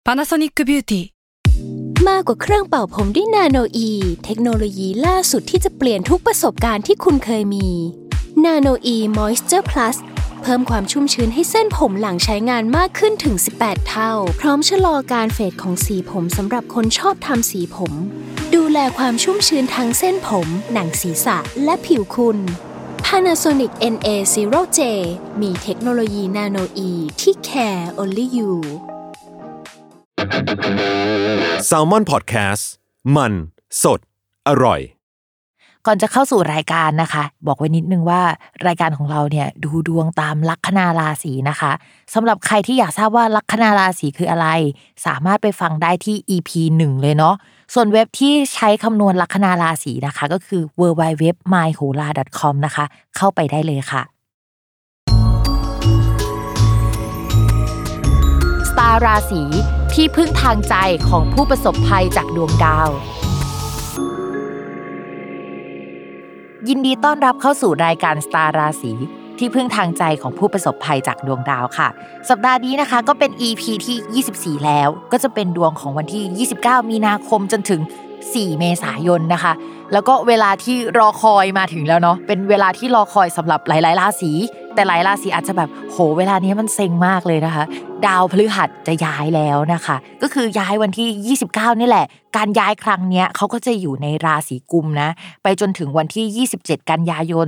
Panasonic Beauty มากกว่าเครื่องเป่าผมด้วยนาโนอีเทคโนโลยีล่าสุดที่จะเปลี่ยนทุกประสบการณ์ที่คุณเคยมีนาโนอีมอยส์เจอร์พลัสเพิ่มความชุ่มชื้นให้เส้นผมหลังใช้งานมากขึ้นถึง18เท่าพร้อมชะลอการเฟดของสีผมสำหรับคนชอบทำสีผมดูแลความชุ่มชื้นทั้งเส้นผมหนังศีรษะและผิวคุณ Panasonic NA0J มีเทคโนโลยีนาโนอีที่ care only you Salmon Podcast มันสดอร่อยก่อนจะเข้าสู่รายการนะคะบอกไว้นิดนึงว่ารายการของเราเนี่ยดูดวงตามลัคนาราศีนะคะสำหรับใครที่อยากทราบว่าลัคนาราศีคืออะไรสามารถไปฟังได้ที่ EP 1 เลยเนาะส่วนเว็บที่ใช้คำนวณลัคนาราศีนะคะก็คือ www.myhola.com นะคะเข้าไปได้เลยค่ะสตาร์ราศีที่พึ่งทางใจของผู้ประสบภัยจากดวงดาวยินดีต้อนรับเข้าสู่รายการสตาร์ราศีที่พึ่งทางใจของผู้ประสบภัยจากดวงดาวค่ะสัปดาห์นี้นะคะก็เป็น EP ที่24แล้วก็จะเป็นดวงของวันที่29มีนาคมจนถึง4เมษายนนะคะแล้วก็เวลาที่รอคอยมาถึงแล้วเนาะเป็นเวลาที่รอคอยสำหรับหลายๆราศีแต่หลายราศีอาจจะแบบโหเวลานี้มันเซ็งมากเลยนะคะดาวพฤหัสจะย้ายแล้วนะคะก็คือย้ายวันที่29นี่แหละการย้ายครั้งเนี้ยเขาก็จะอยู่ในราศีกุมนะไปจนถึงวันที่27กันยายน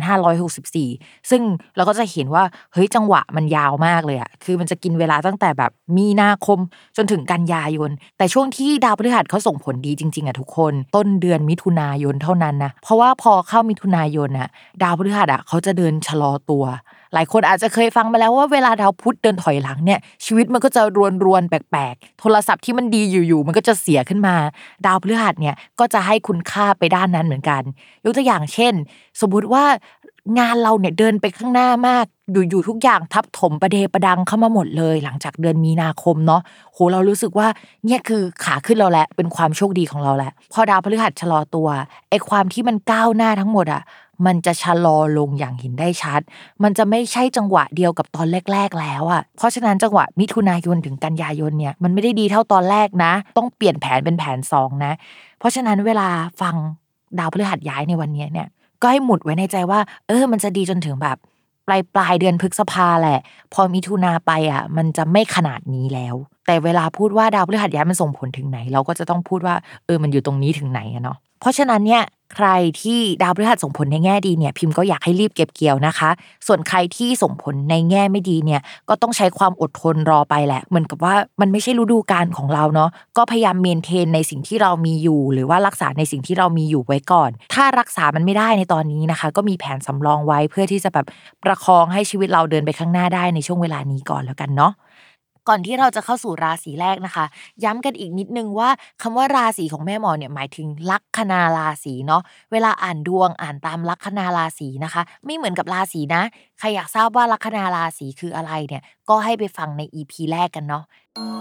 2564ซึ่งเราก็จะเห็นว่าเฮ้ยจังหวะมันยาวมากเลยอ่ะคือมันจะกินเวลาตั้งแต่แบบมีนาคมจนถึงกันยายนแต่ช่วงที่ดาวพฤหัสเขาส่งผลดีจริงๆอ่ะทุกคนต้นเดือนมิถุนายนเท่านั้นนะเพราะว่าพอเข้ามิถุนายนอ่ะดาวพฤหัสอ่ะเขาจะเดินชะลอตัวหลายคนอาจจะเคยฟังมาแล้วว่าเวลาดาวพุธเดินถอยหลังเนี่ยชีวิตมันก็จะรวนๆแปลกๆโทรศัพท์ที่มันดีอยู่ๆมันก็จะเสียขึ้นมาดาวพฤหัสเนี่ยก็จะให้คุณค่าไปด้านนั้นเหมือนกันยกตัวอย่างเช่นสมมุติว่างานเราเนี่ยเดินไปข้างหน้ามากอยู่ทุกอย่างทับถมประเดประดังเข้ามาหมดเลยหลังจากเดือนมีนาคมเนาะโหเรารู้สึกว่าเนี่ยคือขาขึ้นเราแหละเป็นความโชคดีของเราแหละพอดาวพฤหัสชะลอตัวไอ้ความที่มันก้าวหน้าทั้งหมดอ่ะมันจะชะลอลงอย่างเห็นได้ชัดมันจะไม่ใช่จังหวะเดียวกับตอนแรกๆแล้วอ่ะเพราะฉะนั้นจังหวะมิถุนายนถึงกันยายนเนี่ยมันไม่ได้ดีเท่าตอนแรกนะต้องเปลี่ยนแผนเป็นแผน2นะเพราะฉะนั้นเวลาฟังดาวพฤหัสย้ายในวันนี้เนี่ยก็ให้หมุดไว้ในใจว่ามันจะดีจนถึงแบบปลายเดือนพฤษภาแหละพอมิถุนาไปอ่ะมันจะไม่ขนาดนี้แล้วแต่เวลาพูดว่าดาวพฤหัสย้ายมันส่งผลถึงไหนเราก็จะต้องพูดว่ามันอยู่ตรงนี้ถึงไหนอะเนาะเพราะฉะนั้นเนี่ยใครที่ดาวพฤหัสส่งผลในแง่ดีเนี่ยพิมพ์ก็อยากให้รีบเก็บเกี่ยวนะคะส่วนใครที่ส่งผลในแง่ไม่ดีเนี่ยก็ต้องใช้ความอดทนรอไปแหละเหมือนกับว่ามันไม่ใช่ฤดูกาลของเราเนาะก็พยายามเมนเทนในสิ่งที่เรามีอยู่หรือว่ารักษาในสิ่งที่เรามีอยู่ไว้ก่อนถ้ารักษามันไม่ได้ในตอนนี้นะคะก็มีแผนสำรองไว้เพื่อที่จะแบบประคองให้ชีวิตเราเดินไปข้างหน้าได้ในช่วงเวลานี้ก่อนแล้วกันเนาะก่อนที่เราจะเข้าสู่ราศีแรกนะคะย้ำกันอีกนิดนึงว่าคำว่าราศีของแม่หมอเนี่ยหมายถึงลัคนาราศีเนาะเวลาอ่านดวงอ่านตามลัคนาราศีนะคะไม่เหมือนกับราศีนะใครอยากทราบว่าลัคนาราศีคืออะไรเนี่ยก็ให้ไปฟังใน EP แรกกันเนาะ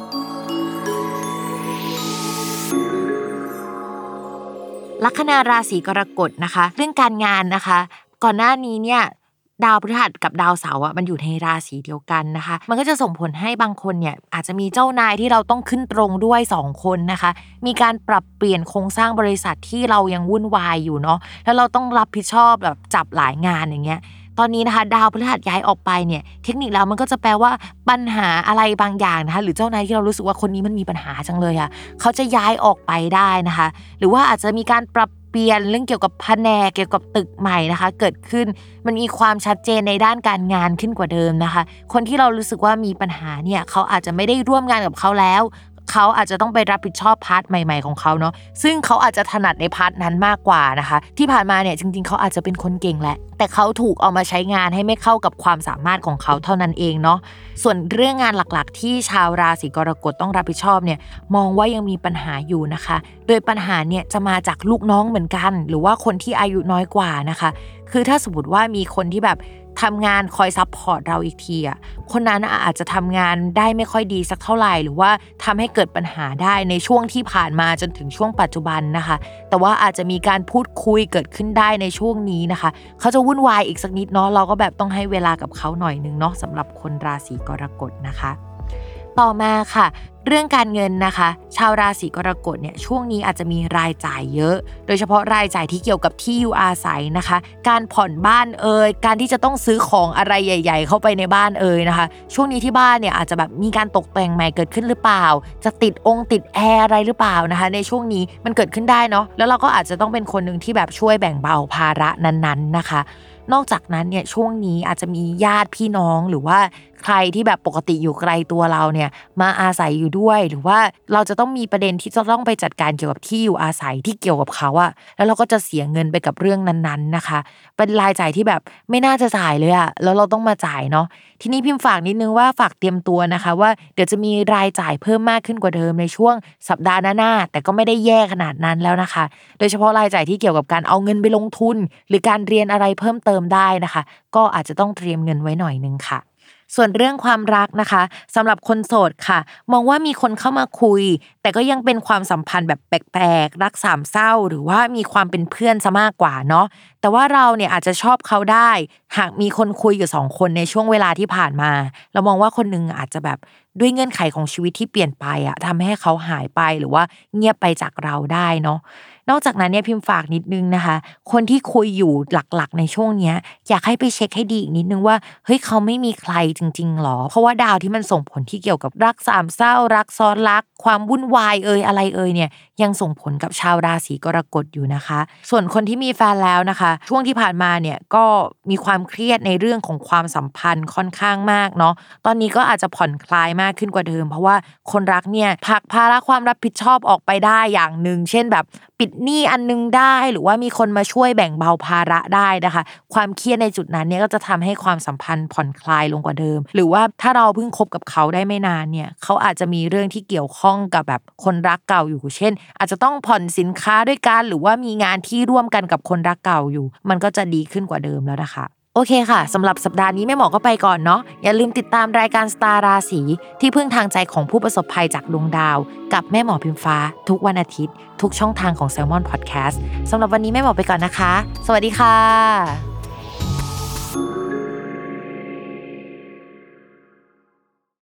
ลัคนาราศีกรกฎนะคะเรื่องการงานนะคะก่อนหน้านี้เนี่ยดาวพฤหัสกับดาวเสาร์มันอยู่ในราศีเดียวกันนะคะมันก็จะส่งผลให้บางคนเนี่ยอาจจะมีเจ้านายที่เราต้องขึ้นตรงด้วย2คนนะคะมีการปรับเปลี่ยนโครงสร้างบริษัทที่เรายังวุ่นวายอยู่เนาะแล้วเราต้องรับผิดชอบแบบจับหลายงานอย่างเงี้ยตอนนี้นะคะดาวพฤหัสย้ายออกไปเนี่ยเทคนิคแล้วมันก็จะแปลว่าปัญหาอะไรบางอย่างนะคะหรือเจ้านายที่เรารู้สึกว่าคนนี้มันมีปัญหาจังเลยอะเขาจะย้ายออกไปได้นะคะหรือว่าอาจจะมีการปรับเปลี่ยนเรื่องเกี่ยวกับแผนกเกี่ยวกับตึกใหม่นะคะเกิดขึ้นมันมีความชัดเจนในด้านการงานขึ้นกว่าเดิมนะคะคนที่เรารู้สึกว่ามีปัญหาเนี่ยเขาอาจจะไม่ได้ร่วมงานกับเขาแล้วเขาอาจจะต้องไปรับผิดชอบพาร์ทใหม่ๆของเขาเนาะซึ่งเขาอาจจะถนัดในพาร์ทนั้นมากกว่านะคะที่ผ่านมาเนี่ยจริงๆเขาอาจจะเป็นคนเก่งแหละแต่เขาถูกเอามาใช้งานให้ไม่เข้ากับความสามารถของเขาเท่านั้นเองเนาะส่วนเรื่องงานหลักๆที่ชาวราศีกรกฎต้องรับผิดชอบเนี่ยมองว่ายังมีปัญหาอยู่นะคะโดยปัญหาเนี่ยจะมาจากลูกน้องเหมือนกันหรือว่าคนที่อายุน้อยกว่านะคะคือถ้าสมมติว่ามีคนที่แบบทำงานคอยซัพพอร์ตเราอีกทีอ่ะคนนั้นอาจจะทำงานได้ไม่ค่อยดีสักเท่าไหร่หรือว่าทำให้เกิดปัญหาได้ในช่วงที่ผ่านมาจนถึงช่วงปัจจุบันนะคะแต่ว่าอาจจะมีการพูดคุยเกิดขึ้นได้ในช่วงนี้นะคะเขาจะวุ่นวายอีกสักนิดเนาะเราก็แบบต้องให้เวลากับเขาหน่อยนึงเนาะสำหรับคนราศีกรกฎนะคะต่อมาค่ะเรื่องการเงินนะคะชาวราศีกรกฎเนี่ยช่วงนี้อาจจะมีรายจ่ายเยอะโดยเฉพาะรายจ่ายที่เกี่ยวกับที่อยู่อาศัยนะคะการผ่อนบ้านการที่จะต้องซื้อของอะไรใหญ่ๆเข้าไปในบ้านนะคะช่วงนี้ที่บ้านเนี่ยอาจจะแบบมีการตกแต่งใหม่เกิดขึ้นหรือเปล่าจะติดแอร์อะไรหรือเปล่านะคะในช่วงนี้มันเกิดขึ้นได้เนาะแล้วเราก็อาจจะต้องเป็นคนนึงที่แบบช่วยแบ่งเบาภาระนั้นๆนะคะนอกจากนั้นเนี่ยช่วงนี้อาจจะมีญาติพี่น้องหรือว่าใครที่แบบปกติอยู่ไกลตัวเราเนี่ยมาอาศัยอยู่ด้วยหรือว่าเราจะต้องมีประเด็นที่จะต้องไปจัดการเกี่ยวกับที่อยู่อาศัยที่เกี่ยวกับเขาอะแล้วเราก็จะเสียเงินไปกับเรื่องนั้นๆนะคะเป็นรายจ่ายที่แบบไม่น่าจะจ่ายเลยอะแล้วเราต้องมาจ่ายเนาะทีนี้พิมพ์ฝากนิดนึงว่าฝากเตรียมตัวนะคะว่าเดี๋ยวจะมีรายจ่ายเพิ่มมากขึ้นกว่าเดิมในช่วงสัปดาห์หน้าแต่ก็ไม่ได้แย่ขนาดนั้นแล้วนะคะโดยเฉพาะรายจ่ายที่เกี่ยวกับการเอาเงินไปลงทุนหรือการเรียนอะไรเพิ่มเติมได้นะคะก็อาจจะต้องเตรียมเงินไว้หน่อยนึงค่ะส่วนเรื่องความรักนะคะสำหรับคนโสดค่ะมองว่ามีคนเข้ามาคุยแต่ก็ยังเป็นความสัมพันธ์แบบแปลกๆรักสามเศร้าหรือว่ามีความเป็นเพื่อนซะมากกว่าเนาะแต่ว่าเราเนี่ยอาจจะชอบเขาได้หากมีคนคุยอยู่2คนในช่วงเวลาที่ผ่านมาเรามองว่าคนนึงอาจจะแบบด้วยเงื่อนไขของชีวิตที่เปลี่ยนไปอะทำให้เขาหายไปหรือว่าเงียบไปจากเราได้เนาะนอกจากนั้นเนี่ยพิมพ์ฝากนิดนึงนะคะคนที่คุยอยู่หลักๆในช่วงเนี้ยอยากให้ไปเช็คให้ดีอีกนิดนึงว่าเฮ้ยเขาไม่มีใครจริงๆหรอเพราะว่าดาวที่มันส่งผลที่เกี่ยวกับรักสามเศร้ารักซ้อนรักความวุ่นวายอะไรเนี่ยยังส่งผลกับชาวราศีกรกฎอยู่นะคะส่วนคนที่มีแฟนแล้วนะคะช่วงที่ผ่านมาเนี่ยก็มีความเครียดในเรื่องของความสัมพันธ์ค่อนข้างมากเนาะตอนนี้ก็อาจจะผ่อนคลายมากขึ้นกว่าเดิมเพราะว่าคนรักเนี่ยผลักภาระความรับผิดชอบออกไปได้อย่างนึงเช่นแบบปิดหนี้อันนึงได้หรือว่ามีคนมาช่วยแบ่งเบาภาระได้นะคะความเครียดในจุดนั้นเนี่ยก็จะทำให้ความสัมพันธ์ผ่อนคลายลงกว่าเดิมหรือว่าถ้าเราเพิ่งคบกับเขาได้ไม่นานเนี่ยเขาอาจจะมีเรื่องที่เกี่ยวข้องกับแบบคนรักเก่าอยู่เช่นอาจจะต้องผ่อนสินค้าด้วยกันหรือว่ามีงานที่ร่วมกันกับคนรักเก่าอยู่มันก็จะดีขึ้นกว่าเดิมแล้วนะคะโอเคค่ะสำหรับสัปดาห์นี้แม่หมอก็ไปก่อนเนาะอย่าลืมติดตามรายการสตาร์ราศีที่พึ่งทางใจของผู้ประสบภัยจากดวงดาวกับแม่หมอพิมฟ้าทุกวันอาทิตย์ทุกช่องทางของ Salmon Podcast สำหรับวันนี้แม่หมอไปก่อนนะคะสวัสดีค่ะ